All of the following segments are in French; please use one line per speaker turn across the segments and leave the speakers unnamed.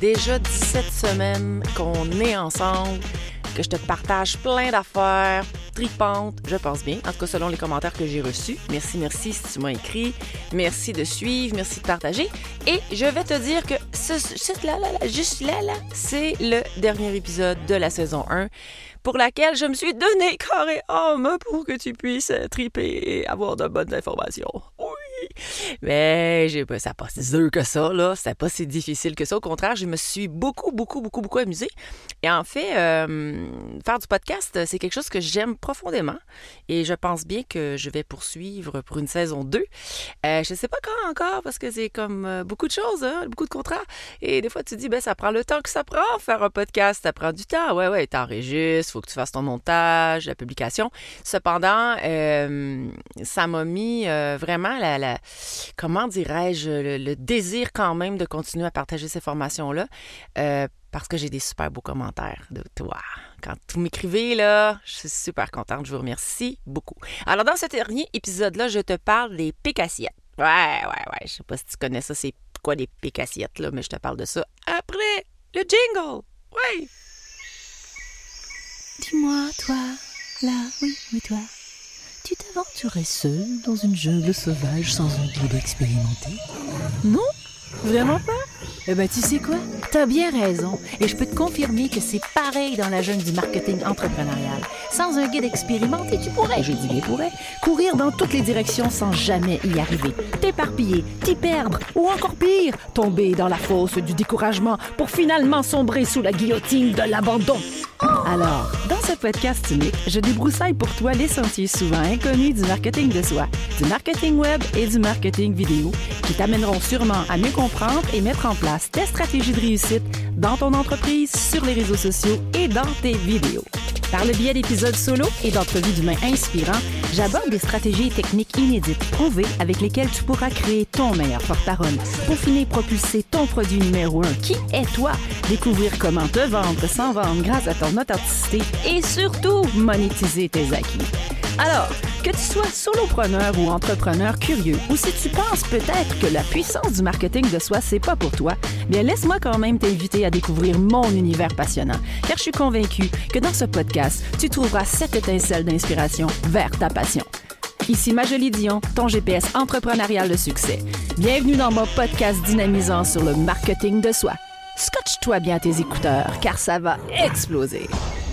déjà 17 semaines qu'on est ensemble, que je te partage plein d'affaires tripantes, je pense bien, en tout cas selon les commentaires que j'ai reçus. Merci si tu m'as écrit, merci de suivre, merci de partager. Et je vais te dire que juste là, c'est le dernier épisode de la saison 1 pour laquelle je me suis donné corps et âme pour que tu puisses triper et avoir de bonnes informations. Oui! Mais ça n'a pas si dur que ça, là. C'était pas si difficile que ça. Au contraire, je me suis beaucoup amusée. Et en fait, faire du podcast, c'est quelque chose que j'aime profondément. Et je pense bien que je vais poursuivre pour une saison 2. Je ne sais pas quand encore, parce que c'est comme beaucoup de choses, hein, beaucoup de contrats. Et des fois, tu dis, ça prend le temps que ça prend faire un podcast. Ça prend du temps. Ouais, t'enregistres, il faut que tu fasses ton montage, la publication. Cependant, ça m'a mis vraiment comment dirais-je, le désir quand même de continuer à partager ces formations-là, parce que j'ai des super beaux commentaires de toi. Quand vous m'écrivez, là, je suis super contente, je vous remercie beaucoup. Alors, dans ce dernier épisode-là, je te parle des pécassiettes. Ouais, je sais pas si tu connais ça, c'est quoi des pécassiettes, là, mais je te parle de ça après le jingle. Ouais!
Dis-moi, toi, là, oui, toi, tu t'aventurais seul dans une jungle sauvage sans un guide expérimenté? Non? Vraiment pas? Eh bien, tu sais quoi? T'as bien raison. Et je peux te confirmer que c'est pareil dans la jungle du marketing entrepreneurial. Sans un guide expérimenté, tu pourrais, j'ai dit bien pourrais, courir dans toutes les directions sans jamais y arriver. T'éparpiller, t'y perdre, ou encore pire, tomber dans la fosse du découragement pour finalement sombrer sous la guillotine de l'abandon. Alors, dans ce podcast unique, je débroussaille pour toi les sentiers souvent inconnus du marketing de soi, du marketing web et du marketing vidéo qui t'amèneront sûrement à mieux comprendre et mettre en place tes stratégies de réussite dans ton entreprise, sur les réseaux sociaux et dans tes vidéos. Par le biais d'épisodes solo et d'entrevues d'humains inspirants, j'aborde des stratégies et techniques inédites, prouvées, avec lesquelles tu pourras créer ton meilleur porte-parole, peaufiner, propulser ton produit numéro 1, qui est toi, découvrir comment te vendre sans vendre grâce à ton authenticité et surtout monétiser tes acquis. Alors, que tu sois solopreneur ou entrepreneur curieux, ou si tu penses peut-être que la puissance du marketing de soi, c'est pas pour toi, bien laisse-moi quand même t'inviter à découvrir mon univers passionnant, car je suis convaincue que dans ce podcast, tu trouveras cette étincelle d'inspiration vers ta passion. Ici Majolie Dion, ton GPS entrepreneurial de succès. Bienvenue dans mon podcast dynamisant sur le marketing de soi. Scotche-toi bien tes écouteurs, car ça va exploser.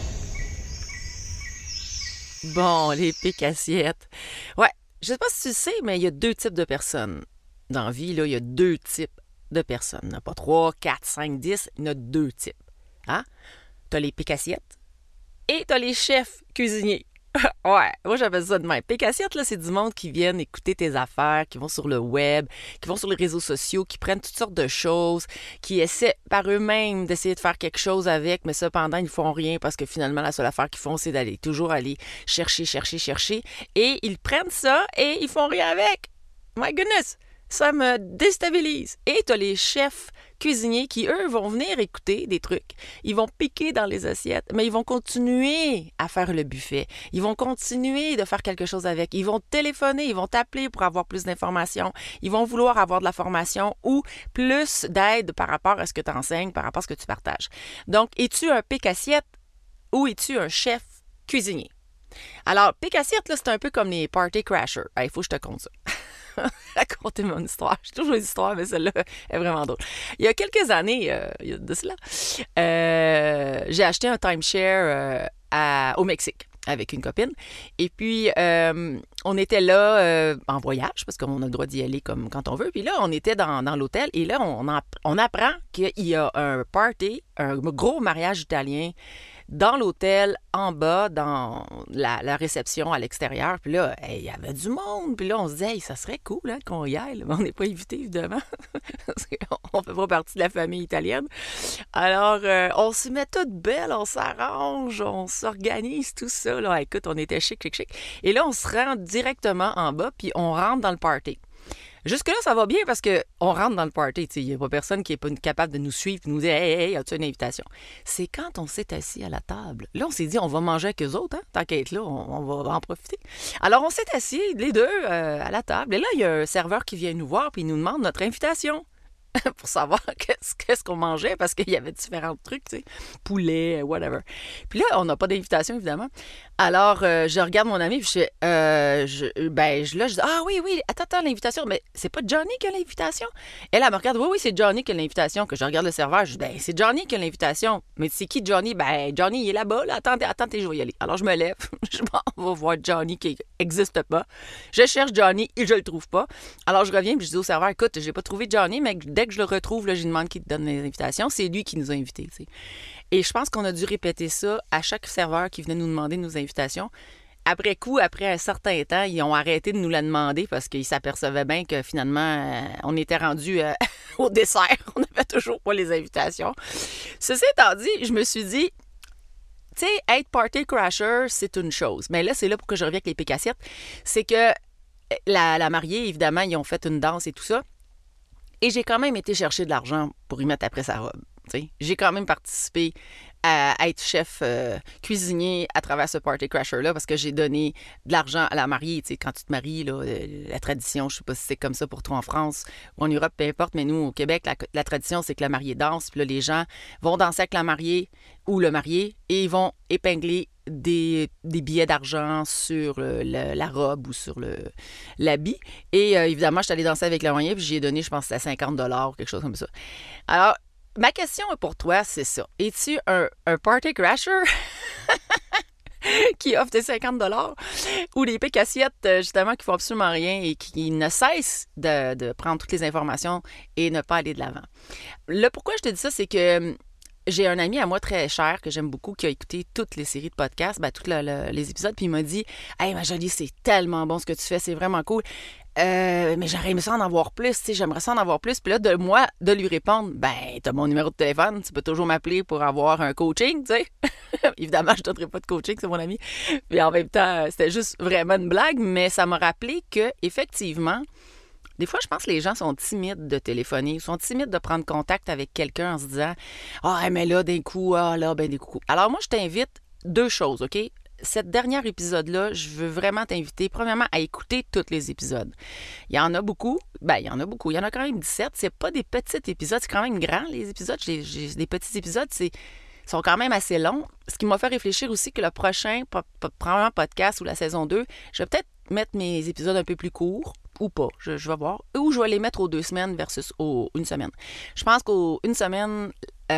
Bon, les pécassiettes. Ouais, je sais pas si tu sais, mais il y a 2 types de personnes. Dans la vie, là, il y a 2 types de personnes. Il n'y en a pas 3, 4, 5, 10, il y en a 2 types. Hein? T'as les pécassiettes et t'as les chefs cuisiniers. Ouais, moi j'appelle ça de même. Pécassiettes, là, c'est du monde qui viennent écouter tes affaires, qui vont sur le web, qui vont sur les réseaux sociaux, qui prennent toutes sortes de choses, qui essaient par eux-mêmes d'essayer de faire quelque chose avec, mais cependant, ils ne font rien parce que finalement, la seule affaire qu'ils font, c'est d'aller toujours aller chercher. Et ils prennent ça et ils font rien avec. My goodness! Ça me déstabilise. Et tu as les chefs cuisiniers qui, eux, vont venir écouter des trucs. Ils vont piquer dans les assiettes, mais ils vont continuer à faire le buffet. Ils vont continuer de faire quelque chose avec. Ils vont téléphoner, ils vont t'appeler pour avoir plus d'informations. Ils vont vouloir avoir de la formation ou plus d'aide par rapport à ce que tu enseignes, par rapport à ce que tu partages. Donc, es-tu un pique-assiette ou es-tu un chef cuisinier? Alors, pique-assiette, là, c'est un peu comme les party crashers. Il faut que je te conte ça. Raconter mon histoire. J'ai toujours une histoire, mais celle-là est vraiment drôle. Il y a quelques années, il y a de cela, j'ai acheté un timeshare au Mexique avec une copine. Et puis, on était là en voyage, parce qu'on a le droit d'y aller comme quand on veut. Puis là, on était dans l'hôtel et là, on apprend qu'il y a un party, un gros mariage italien dans l'hôtel, en bas, dans la réception à l'extérieur. Puis là, il y avait du monde. Puis là, on se disait, ça serait cool qu'on y aille. Mais on n'est pas invité, évidemment. Parce qu'on ne fait pas partie de la famille italienne. Alors, on se met toutes belles, on s'arrange, on s'organise, tout ça. Là. Écoute, on était chic. Et là, on se rend directement en bas, puis on rentre dans le party. Jusque-là, ça va bien parce qu'on rentre dans le party. Il n'y a pas personne qui n'est pas capable de nous suivre et nous dire « Hey, as-tu une invitation? » C'est quand on s'est assis à la table. Là, on s'est dit « On va manger avec eux autres, hein? Tant qu'à être là, on va en profiter. » Alors, on s'est assis, les deux, à la table. Et là, il y a un serveur qui vient nous voir et il nous demande notre invitation. pour savoir qu'est-ce qu'on mangeait parce qu'il y avait différents trucs, tu sais, poulet, whatever. Puis là, on n'a pas d'invitation, évidemment. Alors, je regarde mon ami, puis je dis, ah oui, attends, l'invitation, mais c'est pas Johnny qui a l'invitation? Elle me regarde, oui, c'est Johnny qui a l'invitation, que je regarde le serveur, je dis, ben, c'est Johnny qui a l'invitation. Mais c'est qui Johnny? Ben, Johnny, il est là-bas, là, attendez, je vais y aller. Alors, je me lève, je m'en vais voir Johnny qui n'existe pas. Je cherche Johnny et je le trouve pas. Alors, je reviens, puis je dis au serveur, écoute, j'ai pas trouvé Johnny, mais dès que je le retrouve, là, je lui demande qui te donne les invitations. C'est lui qui nous a invités, tu sais. Et je pense qu'on a dû répéter ça à chaque serveur qui venait nous demander nos invitations. Après coup, après un certain temps, ils ont arrêté de nous la demander parce qu'ils s'apercevaient bien que finalement, on était rendu au dessert. On n'avait toujours pas les invitations. Ceci étant dit, je me suis dit, tu sais, être party crasher, c'est une chose. Mais là, c'est là pour que je revienne avec les pécassiettes. C'est que la mariée, évidemment, ils ont fait une danse et tout ça. Et j'ai quand même été chercher de l'argent pour y mettre après sa robe. T'sais. J'ai quand même participé à être chef cuisinier à travers ce party crasher-là parce que j'ai donné de l'argent à la mariée. T'sais, quand tu te maries, là, la tradition, je ne sais pas si c'est comme ça pour toi en France ou en Europe, peu importe, mais nous, au Québec, la tradition, c'est que la mariée danse. Puis là, les gens vont danser avec la mariée ou le marié et ils vont épingler des billets d'argent sur la robe ou sur l'habit. Et évidemment, je suis allée danser avec la mariée puis j'y ai donné, je pense, c'était 50 $, quelque chose comme ça. Alors, ma question pour toi, c'est ça. Es-tu un party crasher qui offre tes 50 $ ou des pécassiettes, justement, qui font absolument rien et qui ne cessent de prendre toutes les informations et ne pas aller de l'avant? Là, pourquoi je te dis ça, c'est que j'ai un ami à moi très cher que j'aime beaucoup qui a écouté toutes les séries de podcasts, tous les épisodes, puis il m'a dit « Hey, ma jolie, c'est tellement bon ce que tu fais, c'est vraiment cool. Mais j'aurais aimé ça en avoir plus, tu sais, j'aimerais ça en avoir plus. » Puis là, de lui répondre « Ben, t'as mon numéro de téléphone, tu peux toujours m'appeler pour avoir un coaching, tu sais. » Évidemment, je ne donnerai pas de coaching, c'est mon ami. Puis en même temps, c'était juste vraiment une blague, mais ça m'a rappelé que effectivement, des fois, je pense que les gens sont timides de téléphoner, ils sont timides de prendre contact avec quelqu'un en se disant « Ah, mais là, d'un coup, d'un coup. » Alors moi, je t'invite 2 choses, OK? Cet dernier épisode-là, je veux vraiment t'inviter, premièrement, à écouter tous les épisodes. Il y en a beaucoup. Il y en a beaucoup. Il y en a quand même 17. C'est pas des petits épisodes. C'est quand même grand, les épisodes. J'ai des petits épisodes. Sont quand même assez longs. Ce qui m'a fait réfléchir aussi que le prochain, probablement podcast ou la saison 2, je vais peut-être mettre mes épisodes un peu plus courts ou pas. Je vais voir. Ou je vais les mettre aux 2 semaines versus une semaine. Je pense qu'une semaine,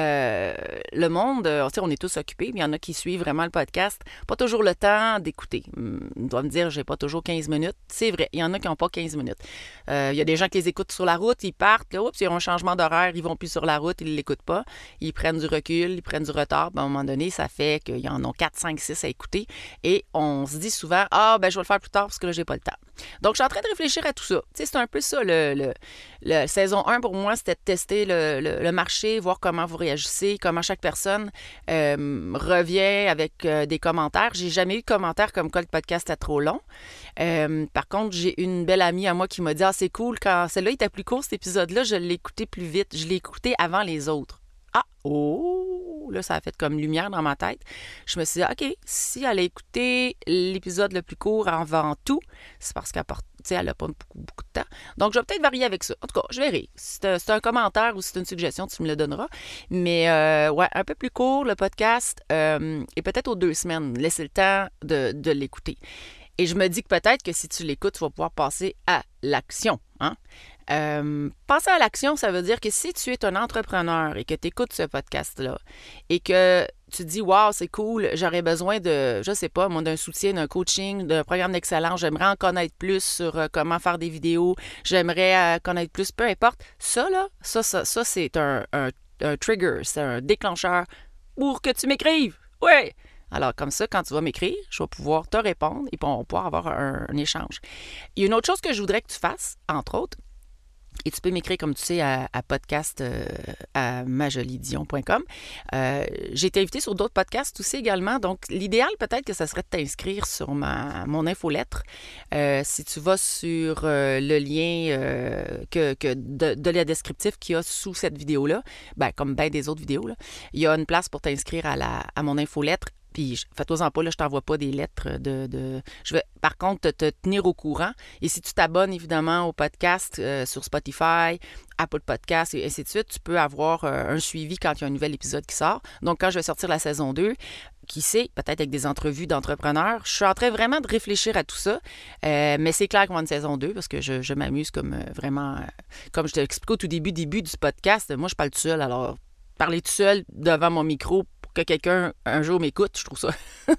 le monde, on est tous occupés, mais il y en a qui suivent vraiment le podcast. Pas toujours le temps d'écouter. Ils doivent me dire, j'ai pas toujours 15 minutes. C'est vrai, il y en a qui n'ont pas 15 minutes. Il y a des gens qui les écoutent sur la route, ils partent, là, oups, ils ont un changement d'horaire, ils vont plus sur la route, ils ne l'écoutent pas. Ils prennent du recul, ils prennent du retard. À un moment donné, ça fait qu'ils en ont 4, 5, 6 à écouter. Et on se dit souvent, je vais le faire plus tard parce que là, j'ai pas le temps. Donc, je suis en train de réfléchir à tout ça. Tu sais, c'est un peu ça, le saison 1 pour moi, c'était de tester le marché, voir comment vous réagissez, comment chaque personne revient avec des commentaires. J'ai jamais eu de commentaires comme quoi le podcast est trop long. Par contre, j'ai une belle amie à moi qui m'a dit « Ah, c'est cool, quand celle-là était plus court, cet épisode-là, je l'ai écouté plus vite. Je l'ai écouté avant les autres. » Là, ça a fait comme lumière dans ma tête. Je me suis dit, OK, si elle a écouté l'épisode le plus court avant tout, c'est parce qu'elle n'a pas beaucoup de temps. Donc, je vais peut-être varier avec ça. En tout cas, je verrai. Si c'est un commentaire ou si c'est une suggestion, tu me le donneras. Mais, un peu plus court, le podcast, et peut-être aux 2 semaines. Laissez le temps de l'écouter. Et je me dis que peut-être que si tu l'écoutes, tu vas pouvoir passer à l'action. Hein? Passer à l'action, ça veut dire que si tu es un entrepreneur et que tu écoutes ce podcast-là et que tu te dis « Wow, c'est cool, j'aurais besoin de, je sais pas, moi, d'un soutien, d'un coaching, d'un programme d'excellence, j'aimerais en connaître plus sur comment faire des vidéos, j'aimerais connaître plus, peu importe. » Ça, c'est un trigger, c'est un déclencheur pour que tu m'écrives. Ouais! Alors, comme ça, quand tu vas m'écrire, je vais pouvoir te répondre et on va pouvoir avoir un échange. Il y a une autre chose que je voudrais que tu fasses, entre autres, et tu peux m'écrire, comme tu sais, à podcast à majolidion.com. J'ai été invitée sur d'autres podcasts aussi également. Donc, l'idéal, peut-être que ça serait de t'inscrire sur mon infolettre. Si tu vas sur le lien de la descriptif qu'il y a sous cette vidéo-là, comme bien des autres vidéos, là, il y a une place pour t'inscrire à mon infolettre Puis fais-toi-en pas, là, je t'envoie pas des lettres de... Je vais, par contre, te tenir au courant. Et si tu t'abonnes, évidemment, au podcast sur Spotify, Apple Podcasts et ainsi de suite, tu peux avoir un suivi quand il y a un nouvel épisode qui sort. Donc, quand je vais sortir la saison 2, qui sait, peut-être avec des entrevues d'entrepreneurs, je suis en train vraiment de réfléchir à tout ça. Mais c'est clair qu'on va avoir une saison 2 parce que je m'amuse comme vraiment... comme je te l'expliquais au tout début du podcast, moi, je parle tout seul. Alors, parler tout seul devant mon micro que quelqu'un un jour m'écoute, je trouve ça,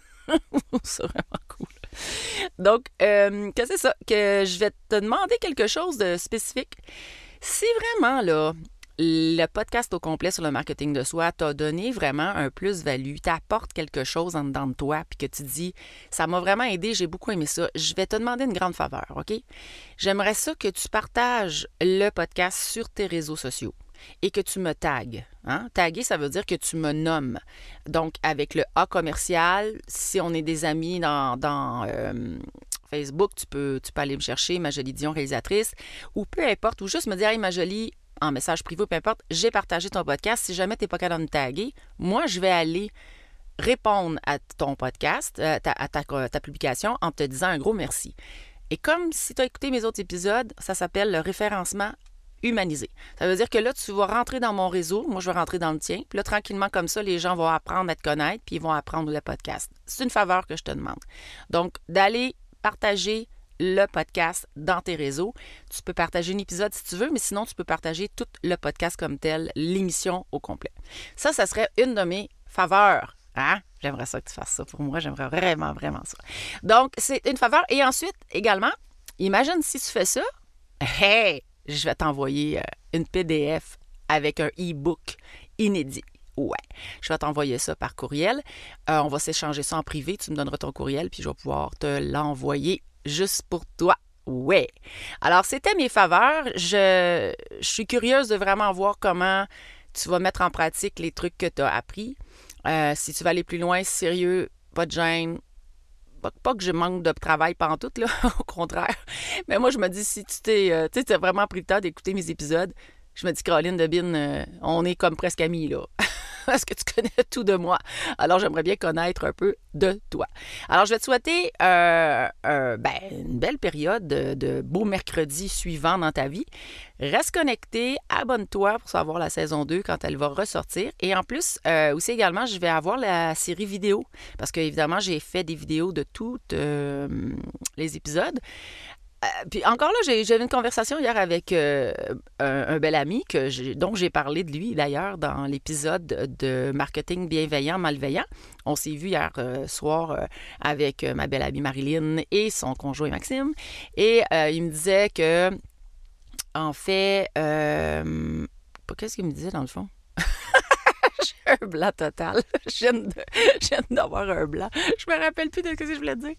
ça vraiment cool. Donc, que c'est ça, que je vais te demander quelque chose de spécifique. Si vraiment, là, le podcast au complet sur le marketing de soi t'a donné vraiment un plus-value, t'apporte quelque chose en dedans de toi, puis que tu dis, ça m'a vraiment aidé, j'ai beaucoup aimé ça, je vais te demander une grande faveur, OK? J'aimerais ça que tu partages le podcast sur tes réseaux sociaux et que tu me tagues. Hein? Taguer, ça veut dire que tu me nommes. Donc, avec le A commercial, si on est des amis dans Facebook, tu peux aller me chercher, Majolie Dion, réalisatrice, ou peu importe, ou juste me dire, hey, Majolie, en message privé, peu importe, j'ai partagé ton podcast. Si jamais tu n'es pas capable de me taguer, moi, je vais aller répondre à ton podcast, à ta publication, en te disant un gros merci. Et comme si tu as écouté mes autres épisodes, ça s'appelle le référencement humanisé. Ça veut dire que là, tu vas rentrer dans mon réseau, moi, je vais rentrer dans le tien, puis là, tranquillement, comme ça, les gens vont apprendre à te connaître, puis ils vont apprendre le podcast. C'est une faveur que je te demande. Donc, d'aller partager le podcast dans tes réseaux. Tu peux partager un épisode si tu veux, mais sinon, tu peux partager tout le podcast comme tel, l'émission au complet. Ça serait une de mes faveurs. Hein? J'aimerais ça que tu fasses ça pour moi. J'aimerais vraiment, vraiment ça. Donc, c'est une faveur. Et ensuite, également, imagine si tu fais ça, hey! Je vais t'envoyer une PDF avec un e-book inédit. Ouais, je vais t'envoyer ça par courriel. On va s'échanger ça en privé. Tu me donneras ton courriel, puis je vais pouvoir te l'envoyer juste pour toi. Ouais. Alors, c'était mes faveurs. Je suis curieuse de vraiment voir comment tu vas mettre en pratique les trucs que tu as appris. Si tu vas aller plus loin, sérieux, pas de gêne. Pas que je manque de travail pantoute, là, au contraire. Mais moi, je me dis, si tu as vraiment pris le temps d'écouter mes épisodes, je me dis, Caroline Debine, on est comme presque amis, là. Parce que tu connais tout de moi. Alors, j'aimerais bien connaître un peu de toi. Alors, je vais te souhaiter une belle période de beaux mercredis suivants dans ta vie. Reste connecté, abonne-toi pour savoir la saison 2 quand elle va ressortir. Et en plus, aussi également, je vais avoir la série vidéo. Parce que, évidemment, j'ai fait des vidéos de tous les épisodes. Puis encore là, j'ai eu une conversation hier avec un bel ami dont j'ai parlé de lui d'ailleurs dans l'épisode de Marketing bienveillant, malveillant. On s'est vu hier soir avec ma belle amie Marilyn et son conjoint Maxime. Et il me disait que, en fait, qu'est-ce qu'il me disait dans le fond? J'ai un blanc total. Je viens d'avoir un blanc. Je me rappelle plus de ce que je voulais dire.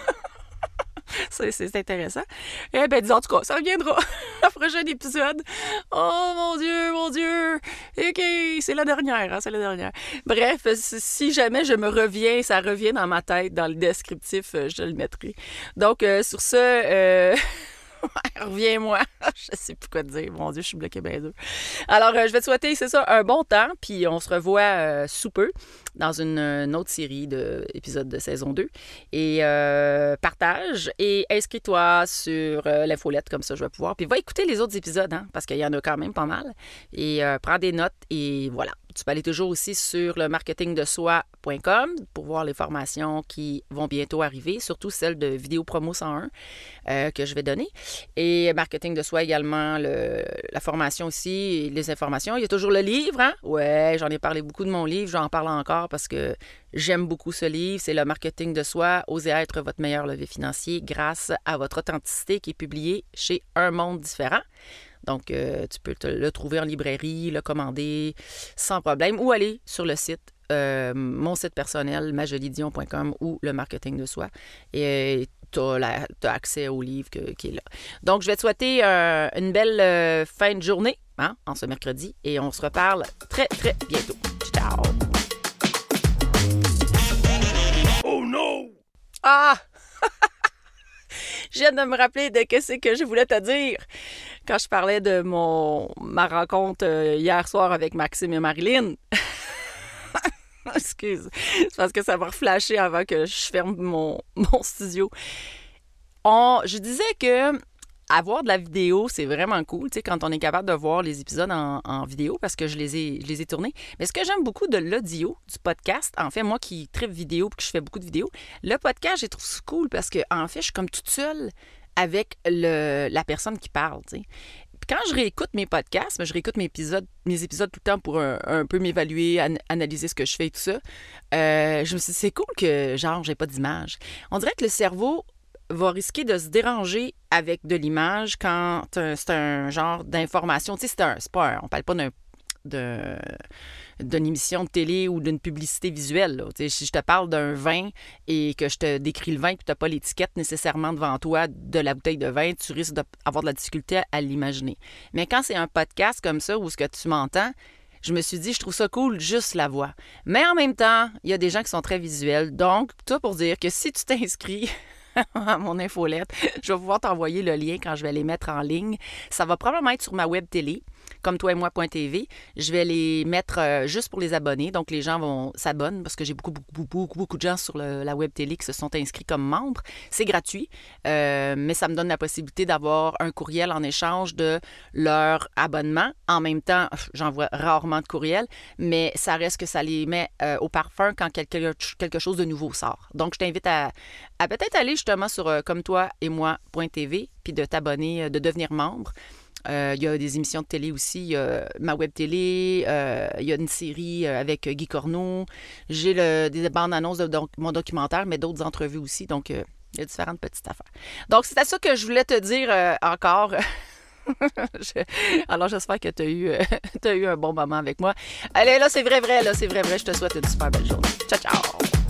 C'est intéressant. Eh bien, en tout cas, ça reviendra au prochain épisode. Oh, mon Dieu. OK, c'est la dernière, hein, c'est la dernière. Bref, si jamais je me reviens, ça revient dans ma tête, dans le descriptif, je le mettrai. Donc, sur ce... reviens-moi. Je sais plus quoi te dire. Mon Dieu, je suis bloquée bien dur. Alors, je vais te souhaiter, c'est ça, un bon temps. Puis, on se revoit sous peu dans une autre série d'épisodes de saison 2. Et partage et inscris-toi sur l'infolette, comme ça, je vais pouvoir. Puis, va écouter les autres épisodes, hein, parce qu'il y en a quand même pas mal. Et prends des notes et voilà. Tu peux aller toujours aussi sur le marketingdesoi.com pour voir les formations qui vont bientôt arriver, surtout celle de Vidéo Promo 101 que je vais donner. Et Marketing de Soi également, la formation aussi, les informations. Il y a toujours le livre, hein? Ouais, j'en ai parlé beaucoup de mon livre, j'en parle encore parce que j'aime beaucoup ce livre. C'est le Marketing de Soi, Osez être votre meilleur levier financier grâce à votre authenticité qui est publié chez Un Monde Différent. Donc, tu peux le trouver en librairie, le commander sans problème ou aller sur le site, mon site personnel, majoliedion.com ou le marketing de soi. Et tu as accès au livre qui est là. Donc, je vais te souhaiter une belle fin de journée en ce mercredi et on se reparle très, très bientôt. Ciao! Oh non! Ah! Je viens de me rappeler de ce que je voulais te dire quand je parlais de ma rencontre hier soir avec Maxime et Marilyn. Excuse, c'est parce que ça va reflasher avant que je ferme mon studio. Je disais que avoir de la vidéo, c'est vraiment cool, tu sais, quand on est capable de voir les épisodes en vidéo, parce que je les ai tournés. Mais ce que j'aime beaucoup de l'audio, du podcast, en fait, moi qui tripe vidéo et que je fais beaucoup de vidéos, le podcast, je trouve ça cool parce que, en fait, je suis comme toute seule avec la personne qui parle, tu sais. Quand je réécoute mes podcasts, je réécoute mes épisodes tout le temps pour un peu m'évaluer, analyser ce que je fais et tout ça. Je me suis dit, c'est cool que, genre, j'ai pas d'image. On dirait que le cerveau va risquer de se déranger avec de l'image quand c'est un genre d'information. Tu sais, on parle pas d'une émission de télé ou d'une publicité visuelle. Là. Si je te parle d'un vin et que je te décris le vin et que tu n'as pas l'étiquette nécessairement devant toi de la bouteille de vin, tu risques d'avoir de la difficulté à l'imaginer. Mais quand c'est un podcast comme ça où ce que tu m'entends, je me suis dit, je trouve ça cool, juste la voix. Mais en même temps, il y a des gens qui sont très visuels. Donc, tout pour dire que si tu t'inscris à mon infolette, je vais pouvoir t'envoyer le lien quand je vais les mettre en ligne. Ça va probablement être sur ma web télé, comme toi et moi.tv. Je vais les mettre juste pour les abonnés. Donc, les gens s'abonnent parce que j'ai beaucoup de gens sur la web télé qui se sont inscrits comme membres. C'est gratuit, mais ça me donne la possibilité d'avoir un courriel en échange de leur abonnement. En même temps, j'envoie rarement de courriel, mais ça reste que ça les met au parfum quand quelque chose de nouveau sort. Donc, je t'invite à peut-être aller justement sur comme toi et moi.tv puis de t'abonner, de devenir membre. Il y a des émissions de télé aussi. Il y a ma web télé. Il y a une série avec Guy Corneau. J'ai des bandes annonces de mon documentaire, mais d'autres entrevues aussi. Donc, il y a différentes petites affaires. Donc, c'est à ça que je voulais te dire encore. Alors, j'espère que tu as eu un bon moment avec moi. Allez, là, c'est vrai. Là, c'est vrai. Je te souhaite une super belle journée. Ciao, ciao!